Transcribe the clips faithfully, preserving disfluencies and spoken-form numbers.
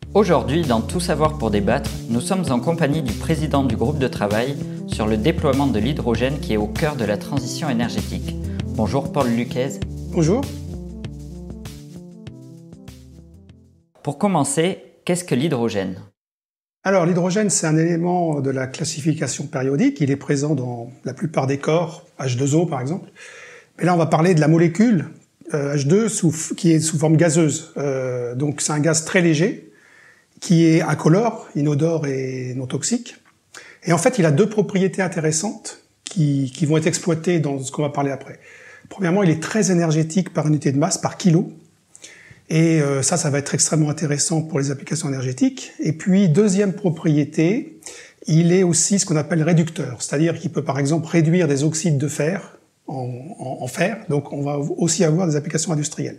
Aujourd'hui, dans Tout savoir pour débattre, nous sommes en compagnie du président du groupe de travail sur le déploiement de l'hydrogène qui est au cœur de la transition énergétique. Bonjour Paul Luquez. Bonjour. Pour commencer, qu'est-ce que l'hydrogène ? Alors l'hydrogène, c'est un élément de la classification périodique. Il est présent dans la plupart des corps, H deux O par exemple. Mais là, on va parler de la molécule euh, H deux sous, qui est sous forme gazeuse. Euh, donc c'est un gaz très léger, qui est incolore, inodore et non toxique. Et en fait, il a deux propriétés intéressantes qui, qui vont être exploitées dans ce qu'on va parler après. Premièrement, il est très énergétique par unité de masse, par kilo. Et euh, ça, ça va être extrêmement intéressant pour les applications énergétiques. Et puis, deuxième propriété, il est aussi ce qu'on appelle réducteur. C'est-à-dire qu'il peut, par exemple, réduire des oxydes de fer en, en, en fer. Donc, on va aussi avoir des applications industrielles.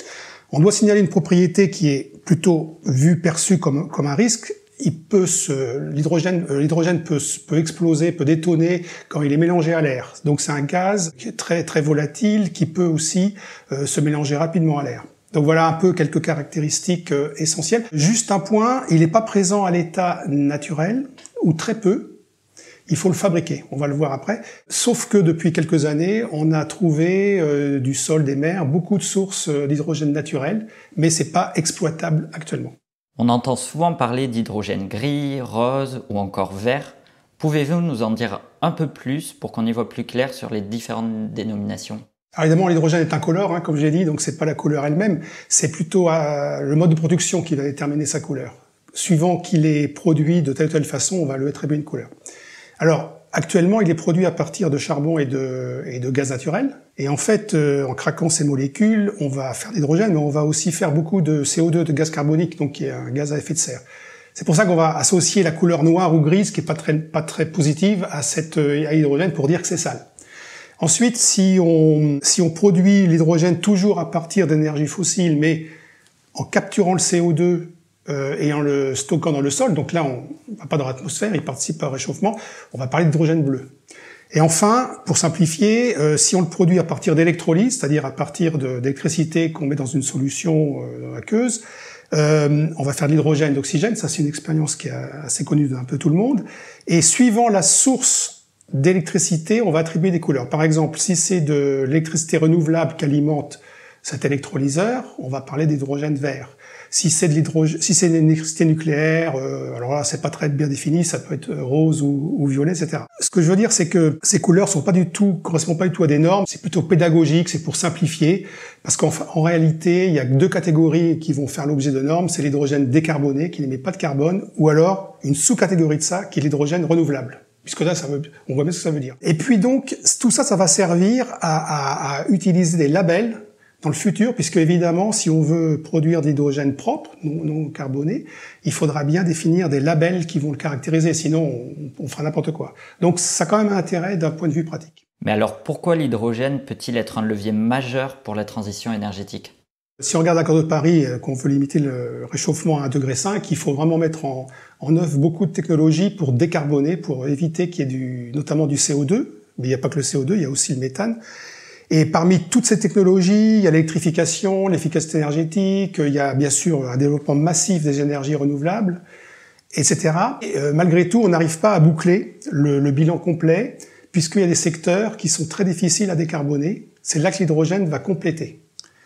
On doit signaler une propriété qui est plutôt vue, perçue comme, comme un risque. Il peut se, l'hydrogène, euh, l'hydrogène peut, peut exploser, peut détoner quand il est mélangé à l'air. Donc, c'est un gaz qui est très, très volatile, qui peut aussi euh, se mélanger rapidement à l'air. Donc voilà un peu quelques caractéristiques euh, essentielles. Juste un point, il n'est pas présent à l'état naturel, ou très peu. Il faut le fabriquer, on va le voir après. Sauf que depuis quelques années, on a trouvé euh, du sol, des mers, beaucoup de sources euh, d'hydrogène naturel, mais c'est pas exploitable actuellement. On entend souvent parler d'hydrogène gris, rose ou encore vert. Pouvez-vous nous en dire un peu plus pour qu'on y voit plus clair sur les différentes dénominations ? Alors évidemment, l'hydrogène est incolore, hein, comme j'ai dit, donc c'est pas la couleur elle-même, c'est plutôt euh, le mode de production qui va déterminer sa couleur. Suivant qu'il est produit de telle ou telle façon, on va lui attribuer une couleur. Alors, actuellement, il est produit à partir de charbon et de, et de gaz naturel. Et en fait, euh, en craquant ces molécules, on va faire de l'hydrogène, mais on va aussi faire beaucoup de C O deux, de gaz carbonique, donc qui est un gaz à effet de serre. C'est pour ça qu'on va associer la couleur noire ou grise, qui est pas très, pas très positive, à cette, à l'hydrogène pour dire que c'est sale. Ensuite, si on, si on produit l'hydrogène toujours à partir d'énergie fossile, mais en capturant le C O deux euh, et en le stockant dans le sol, donc là, on ne va pas dans l'atmosphère, il participe au réchauffement, on va parler d'hydrogène bleu. Et enfin, pour simplifier, euh, si on le produit à partir d'électrolyse, c'est-à-dire à partir de, d'électricité qu'on met dans une solution euh, aqueuse, euh, on va faire de l'hydrogène d'oxygène, ça c'est une expérience qui est assez connue d'un peu tout le monde, et suivant la source d'électricité, on va attribuer des couleurs. Par exemple, si c'est de l'électricité renouvelable qu'alimente cet électrolyseur, on va parler d'hydrogène vert. Si c'est de l'hydrogène, si c'est de l'électricité nucléaire, euh, alors là, c'est pas très bien défini, ça peut être rose ou, ou violet, et cetera. Ce que je veux dire, c'est que ces couleurs sont pas du tout, correspondent pas du tout à des normes. C'est plutôt pédagogique, c'est pour simplifier, parce qu'en en réalité, il y a deux catégories qui vont faire l'objet de normes. C'est l'hydrogène décarboné, qui n'émet pas de carbone, ou alors une sous-catégorie de ça, qui est l'hydrogène renouvelable. Puisque là, ça veut, on voit bien ce que ça veut dire. Et puis donc, tout ça, ça va servir à, à, à utiliser des labels dans le futur, puisque évidemment, si on veut produire de l'hydrogène propre, non, non carboné, il faudra bien définir des labels qui vont le caractériser, sinon on, on fera n'importe quoi. Donc ça a quand même un intérêt d'un point de vue pratique. Mais alors, pourquoi l'hydrogène peut-il être un levier majeur pour la transition énergétique ? Si on regarde l'accord de Paris, qu'on veut limiter le réchauffement à un degré cinq, il faut vraiment mettre en, en œuvre beaucoup de technologies pour décarboner, pour éviter qu'il y ait du, notamment du C O deux. Mais il n'y a pas que le C O deux, il y a aussi le méthane. Et parmi toutes ces technologies, il y a l'électrification, l'efficacité énergétique, il y a bien sûr un développement massif des énergies renouvelables, et cetera. Et euh, malgré tout, on n'arrive pas à boucler le, le bilan complet, puisqu'il y a des secteurs qui sont très difficiles à décarboner. C'est là que l'hydrogène va compléter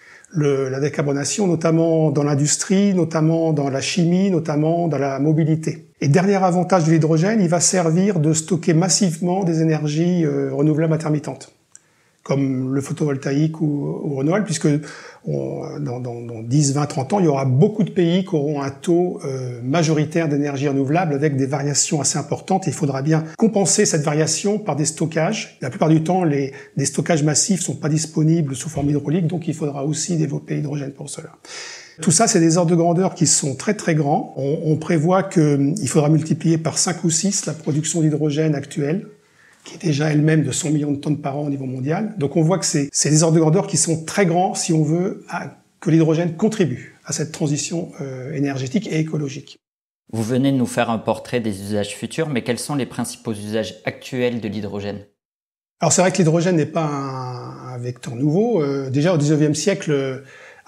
Le, la décarbonation, notamment dans l'industrie, notamment dans la chimie, notamment dans la mobilité. Et dernier avantage de l'hydrogène, il va servir de stocker massivement des énergies euh, renouvelables intermittentes, comme le photovoltaïque ou, ou renouvelable, puisque on, dans, dans, dans dix, vingt, trente ans, il y aura beaucoup de pays qui auront un taux euh, majoritaire d'énergie renouvelable avec des variations assez importantes, et il faudra bien compenser cette variation par des stockages. La plupart du temps, les, les stockages massifs sont pas disponibles sous forme hydraulique, donc il faudra aussi développer l'hydrogène pour cela. Tout ça, c'est des ordres de grandeur qui sont très très grands. On, on prévoit qu'il faudra multiplier par cinq ou six la production d'hydrogène actuelle, qui est déjà elle-même de cent millions de tonnes par an au niveau mondial. Donc on voit que c'est, c'est des ordres de grandeur qui sont très grands si on veut à, que l'hydrogène contribue à cette transition euh, énergétique et écologique. Vous venez de nous faire un portrait des usages futurs, mais quels sont les principaux usages actuels de l'hydrogène ? Alors c'est vrai que l'hydrogène n'est pas un, un vecteur nouveau. Euh, déjà au dix-neuvième siècle,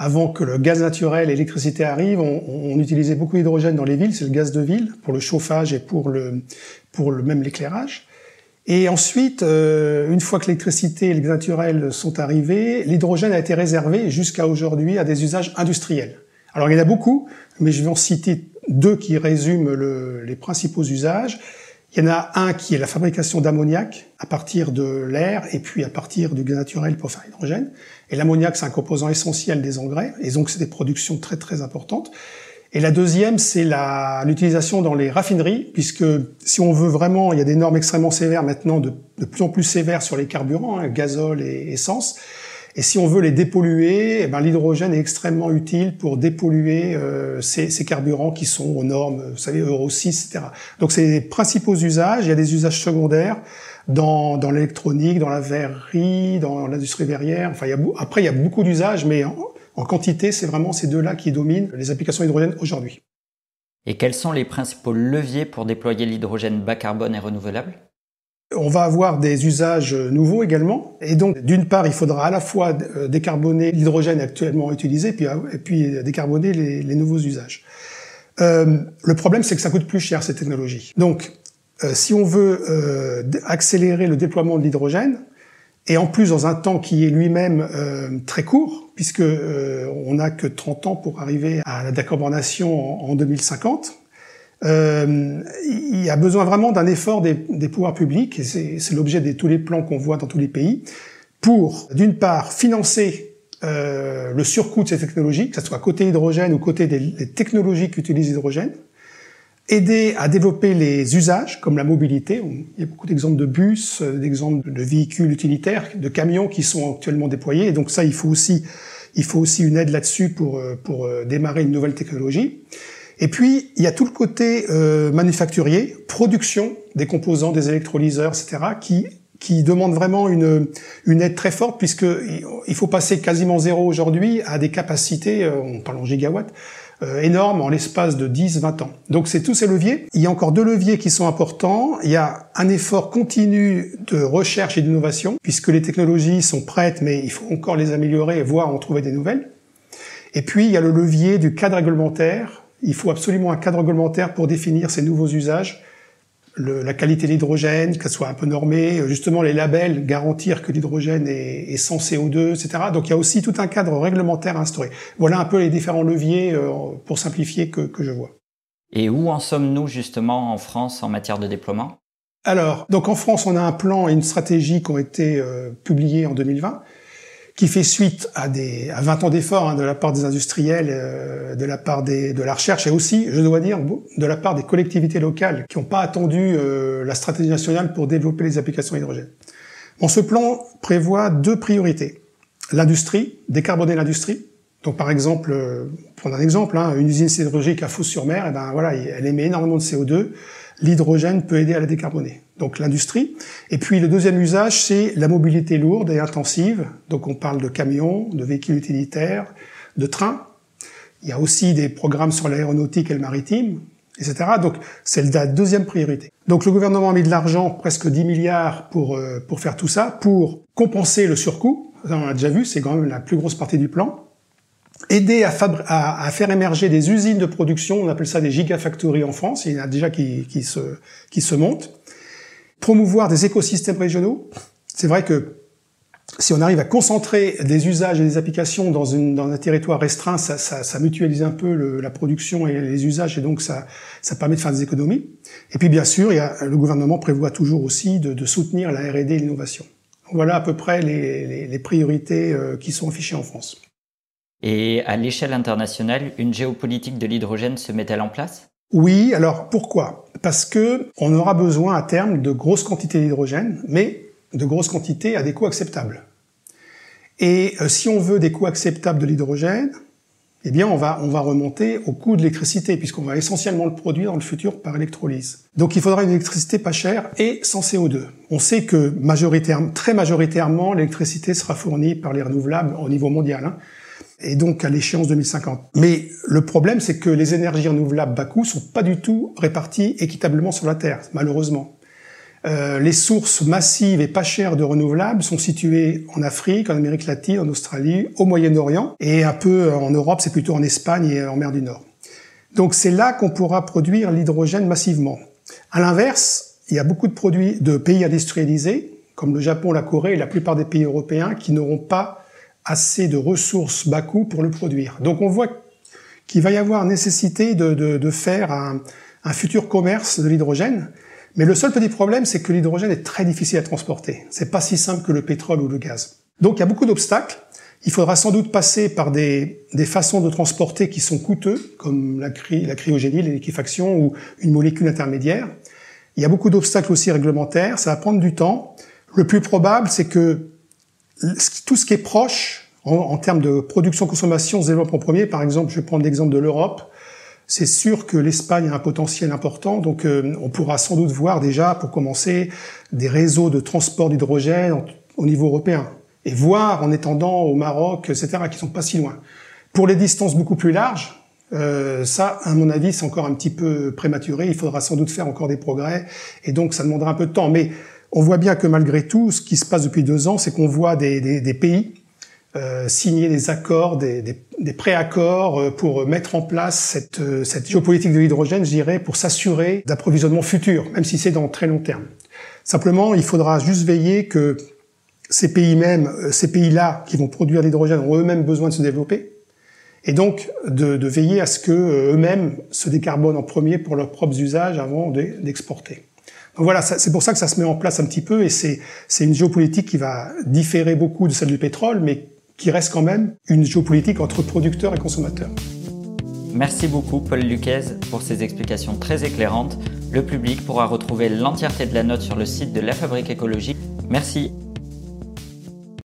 avant que le gaz naturel et l'électricité arrivent, on, on utilisait beaucoup d'hydrogène dans les villes, c'est le gaz de ville, pour le chauffage et pour le, pour le même l'éclairage. Et ensuite, euh, une fois que l'électricité et le gaz naturel sont arrivés, l'hydrogène a été réservé jusqu'à aujourd'hui à des usages industriels. Alors il y en a beaucoup, mais je vais en citer deux qui résument le, les principaux usages. Il y en a un qui est la fabrication d'ammoniac à partir de l'air et puis à partir du gaz naturel pour faire l'hydrogène. Et l'ammoniac, c'est un composant essentiel des engrais, et donc c'est des productions très très importantes. Et la deuxième, c'est la, l'utilisation dans les raffineries, puisque si on veut vraiment, il y a des normes extrêmement sévères maintenant, de, de plus en plus sévères sur les carburants, hein, gazole et essence. Et si on veut les dépolluer, eh ben, l'hydrogène est extrêmement utile pour dépolluer euh, ces, ces carburants qui sont aux normes, vous savez, Euro six, et cetera. Donc c'est les principaux usages. Il y a des usages secondaires dans, dans l'électronique, dans la verrerie, dans l'industrie verrière. Enfin, il y a, après, il y a beaucoup d'usages, mais en, en quantité, c'est vraiment ces deux-là qui dominent les applications hydrogène aujourd'hui. Et quels sont les principaux leviers pour déployer l'hydrogène bas carbone et renouvelable ? On va avoir des usages nouveaux également. Et donc, d'une part, il faudra à la fois décarboner l'hydrogène actuellement utilisé, puis, et puis décarboner les, les nouveaux usages. Euh, le problème, c'est que ça coûte plus cher, ces technologies. Donc, euh, si on veut euh, accélérer le déploiement de l'hydrogène, et en plus dans un temps qui est lui-même euh, très court, puisque euh, on n'a que trente ans pour arriver à la décarbonation en, en deux mille cinquante, Euh, il y a besoin vraiment d'un effort des, des pouvoirs publics, et c'est, c'est l'objet de tous les plans qu'on voit dans tous les pays, pour, d'une part, financer euh, le surcoût de ces technologies, que ce soit côté hydrogène ou côté des, des technologies qui utilisent l'hydrogène, aider à développer les usages, comme la mobilité. Il y a beaucoup d'exemples de bus, d'exemples de véhicules utilitaires, de camions qui sont actuellement déployés, et donc ça, il faut aussi, il faut aussi une aide là-dessus pour, pour démarrer une nouvelle technologie. Et puis, il y a tout le côté euh, manufacturier, production des composants, des électrolyseurs, et cetera, qui qui demande vraiment une une aide très forte, puisque il faut passer quasiment zéro aujourd'hui à des capacités, euh, on parle en gigawatts, euh, énormes en l'espace de dix à vingt ans. Donc c'est tous ces leviers. Il y a encore deux leviers qui sont importants. Il y a un effort continu de recherche et d'innovation, puisque les technologies sont prêtes, mais il faut encore les améliorer, voire en trouver des nouvelles. Et puis, il y a le levier du cadre réglementaire. Il faut absolument un cadre réglementaire pour définir ces nouveaux usages, le, la qualité de l'hydrogène, qu'elle soit un peu normée, justement les labels, garantir que l'hydrogène est, est sans C O deux, et cetera. Donc il y a aussi tout un cadre réglementaire à instaurer. Voilà un peu les différents leviers, euh, pour simplifier, que, que je vois. Et où en sommes-nous justement en France en matière de déploiement ? Alors, donc en France, on a un plan et une stratégie qui ont été euh, publiés en deux mille vingt, qui fait suite à des à vingt ans d'efforts, hein, de la part des industriels, euh, de la part des de la recherche, et aussi, je dois dire, de la part des collectivités locales qui n'ont pas attendu euh, la stratégie nationale pour développer les applications hydrogène. Bon, ce plan prévoit deux priorités. L'industrie, décarboner l'industrie. Donc par exemple, euh, prendre un exemple, hein, une usine sidérurgique à Fos-sur-Mer, eh ben voilà, elle émet énormément de C O deux. L'hydrogène peut aider à la décarboner. Donc l'industrie. Et puis le deuxième usage, c'est la mobilité lourde et intensive. Donc on parle de camions, de véhicules utilitaires, de trains. Il y a aussi des programmes sur l'aéronautique et le maritime, et cetera. Donc c'est la deuxième priorité. Donc le gouvernement a mis de l'argent, presque dix milliards, pour euh, pour faire tout ça, pour compenser le surcoût. Ça, on l'a déjà vu, c'est quand même la plus grosse partie du plan. Aider à, fabri- à, à faire émerger des usines de production, on appelle ça des gigafactories en France, il y en a déjà qui, qui, se, qui se montent. Promouvoir des écosystèmes régionaux. C'est vrai que si on arrive à concentrer des usages et des applications dans, une, dans un territoire restreint, ça, ça, ça mutualise un peu le, la production et les usages, et donc ça, ça permet de faire des économies. Et puis bien sûr, il y a, le gouvernement prévoit toujours aussi de, de soutenir la R et D et l'innovation. Voilà à peu près les, les, les priorités euh, qui sont affichées en France. Et à l'échelle internationale, une géopolitique de l'hydrogène se met-elle en place ? Oui, alors pourquoi ? Parce que on aura besoin à terme de grosses quantités d'hydrogène, mais de grosses quantités à des coûts acceptables. Et euh, si on veut des coûts acceptables de l'hydrogène, eh bien on va on va remonter au coût de l'électricité, puisqu'on va essentiellement le produire dans le futur par électrolyse. Donc il faudra une électricité pas chère et sans C O deux. On sait que majoritairement, très majoritairement, l'électricité sera fournie par les renouvelables au niveau mondial, hein, et donc à l'échéance deux mille cinquante. Mais le problème, c'est que les énergies renouvelables bas coût sont pas du tout réparties équitablement sur la Terre, malheureusement. Euh, les sources massives et pas chères de renouvelables sont situées en Afrique, en Amérique latine, en Australie, au Moyen-Orient, et un peu en Europe, c'est plutôt en Espagne et en mer du Nord. Donc c'est là qu'on pourra produire l'hydrogène massivement. À l'inverse, il y a beaucoup de produits de pays industrialisés, comme le Japon, la Corée et la plupart des pays européens, qui n'auront pas assez de ressources bas coût pour le produire. Donc on voit qu'il va y avoir nécessité de, de, de faire un, un futur commerce de l'hydrogène. Mais le seul petit problème, c'est que l'hydrogène est très difficile à transporter. C'est pas si simple que le pétrole ou le gaz. Donc il y a beaucoup d'obstacles. Il faudra sans doute passer par des, des façons de transporter qui sont coûteuses, comme la, cry, la cryogénie, la liquéfaction ou une molécule intermédiaire. Il y a beaucoup d'obstacles aussi réglementaires. Ça va prendre du temps. Le plus probable, c'est que tout ce qui est proche, en, en termes de production-consommation, se développe en premier. Par exemple, je vais prendre l'exemple de l'Europe. C'est sûr que l'Espagne a un potentiel important, donc euh, on pourra sans doute voir déjà, pour commencer, des réseaux de transport d'hydrogène au niveau européen. Et voir en étendant au Maroc, et cetera, qui sont pas si loin. Pour les distances beaucoup plus larges, euh, ça, à mon avis, c'est encore un petit peu prématuré. Il faudra sans doute faire encore des progrès, et donc ça demandera un peu de temps. Mais on voit bien que malgré tout, ce qui se passe depuis deux ans, c'est qu'on voit des, des, des pays euh, signer des accords, des, des, des préaccords pour mettre en place cette, cette géopolitique de l'hydrogène, je dirais, pour s'assurer d'approvisionnement futur, même si c'est dans très long terme. Simplement, il faudra juste veiller que ces pays mêmes, ces pays-là qui vont produire l'hydrogène ont eux-mêmes besoin de se développer, et donc de, de veiller à ce que eux-mêmes se décarbonent en premier pour leurs propres usages avant d'exporter. Donc voilà, c'est pour ça que ça se met en place un petit peu, et c'est une géopolitique qui va différer beaucoup de celle du pétrole, mais qui reste quand même une géopolitique entre producteurs et consommateurs. Merci beaucoup Paul Luquez pour ces explications très éclairantes. Le public pourra retrouver l'entièreté de la note sur le site de La Fabrique écologique. Merci.